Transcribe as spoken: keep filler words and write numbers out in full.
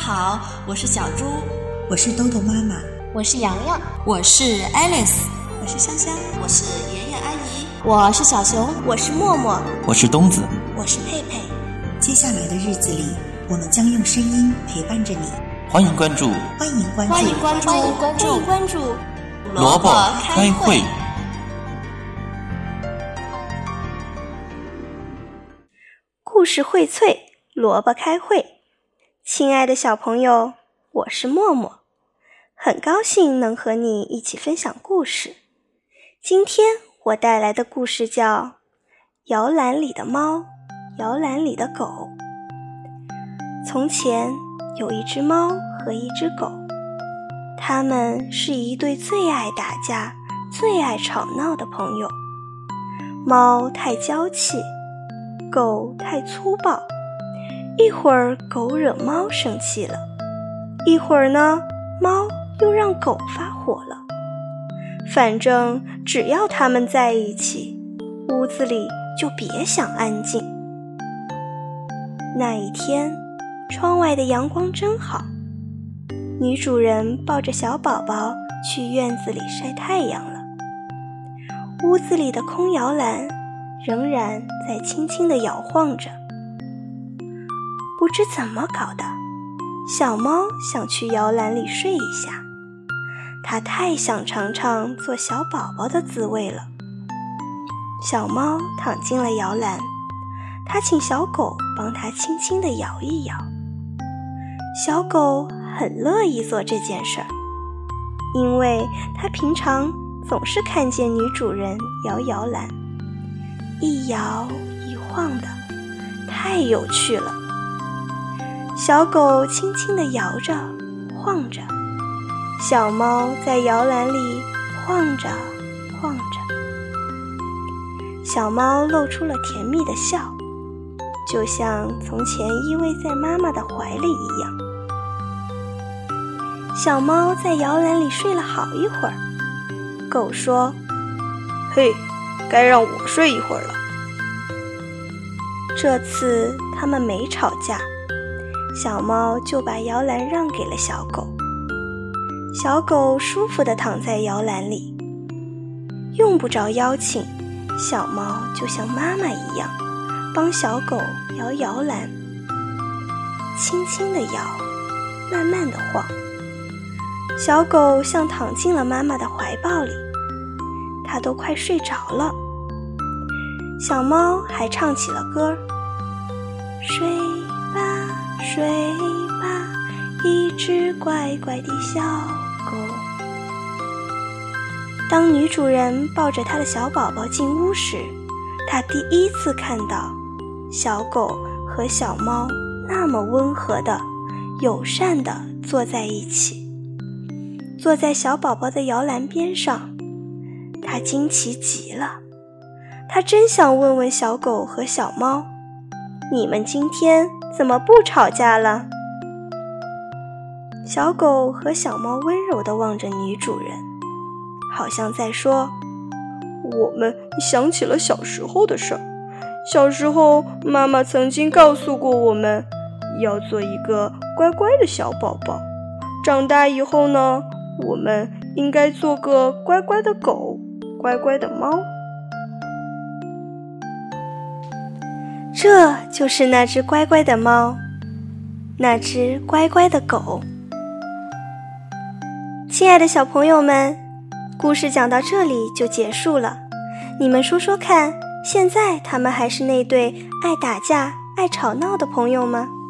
好，我是小猪， 我是豆豆妈妈， 我是洋洋， 我是 Alice， 我是香香， 我是妍妍阿姨， 我是小熊， 我是默默， 我是东子， 我是佩佩。 接下来的日子里，我们将用声音陪伴着你。 欢迎关注， 欢迎关注， 欢迎关注， 欢迎关注， 欢迎关注。 萝卜开会。 故事荟萃，萝卜开会。亲爱的小朋友，我是默默，很高兴能和你一起分享故事。今天我带来的故事叫《摇篮里的猫，摇篮里的狗》。从前有一只猫和一只狗，它们是一对最爱打架、最爱吵闹的朋友。猫太娇气，狗太粗暴，一会儿狗惹猫生气了，一会儿呢，猫又让狗发火了。反正只要它们在一起，屋子里就别想安静。那一天，窗外的阳光真好，女主人抱着小宝宝去院子里晒太阳了。屋子里的空摇篮仍然在轻轻地摇晃着。不知怎么搞的，小猫想去摇篮里睡一下，它太想尝尝做小宝宝的滋味了。小猫躺进了摇篮，它请小狗帮它轻轻地摇一摇。小狗很乐意做这件事儿，因为它平常总是看见女主人摇摇篮，一摇一晃的，太有趣了。小狗轻轻地摇着晃着，小猫在摇篮里晃着晃着。小猫露出了甜蜜的笑，就像从前依偎在妈妈的怀里一样。小猫在摇篮里睡了好一会儿，狗说：“嘿，该让我睡一会儿了。”这次他们没吵架，小猫就把摇篮让给了小狗。小狗舒服地躺在摇篮里，用不着邀请，小猫就像妈妈一样，帮小狗摇摇篮，轻轻地摇，慢慢地晃。小狗像躺进了妈妈的怀抱里，它都快睡着了。小猫还唱起了歌儿：睡吧睡吧，一只乖乖的小狗。当女主人抱着她的小宝宝进屋时，她第一次看到小狗和小猫那么温和的、友善地坐在一起。坐在小宝宝的摇篮边上，她惊奇极了。她真想问问小狗和小猫，你们今天怎么不吵架了？小狗和小猫温柔地望着女主人，好像在说：我们想起了小时候的事儿。小时候，妈妈曾经告诉过我们，要做一个乖乖的小宝宝。长大以后呢，我们应该做个乖乖的狗，乖乖的猫。这就是那只乖乖的猫，那只乖乖的狗。亲爱的小朋友们，故事讲到这里就结束了。你们说说看，现在他们还是那对爱打架、爱吵闹的朋友吗？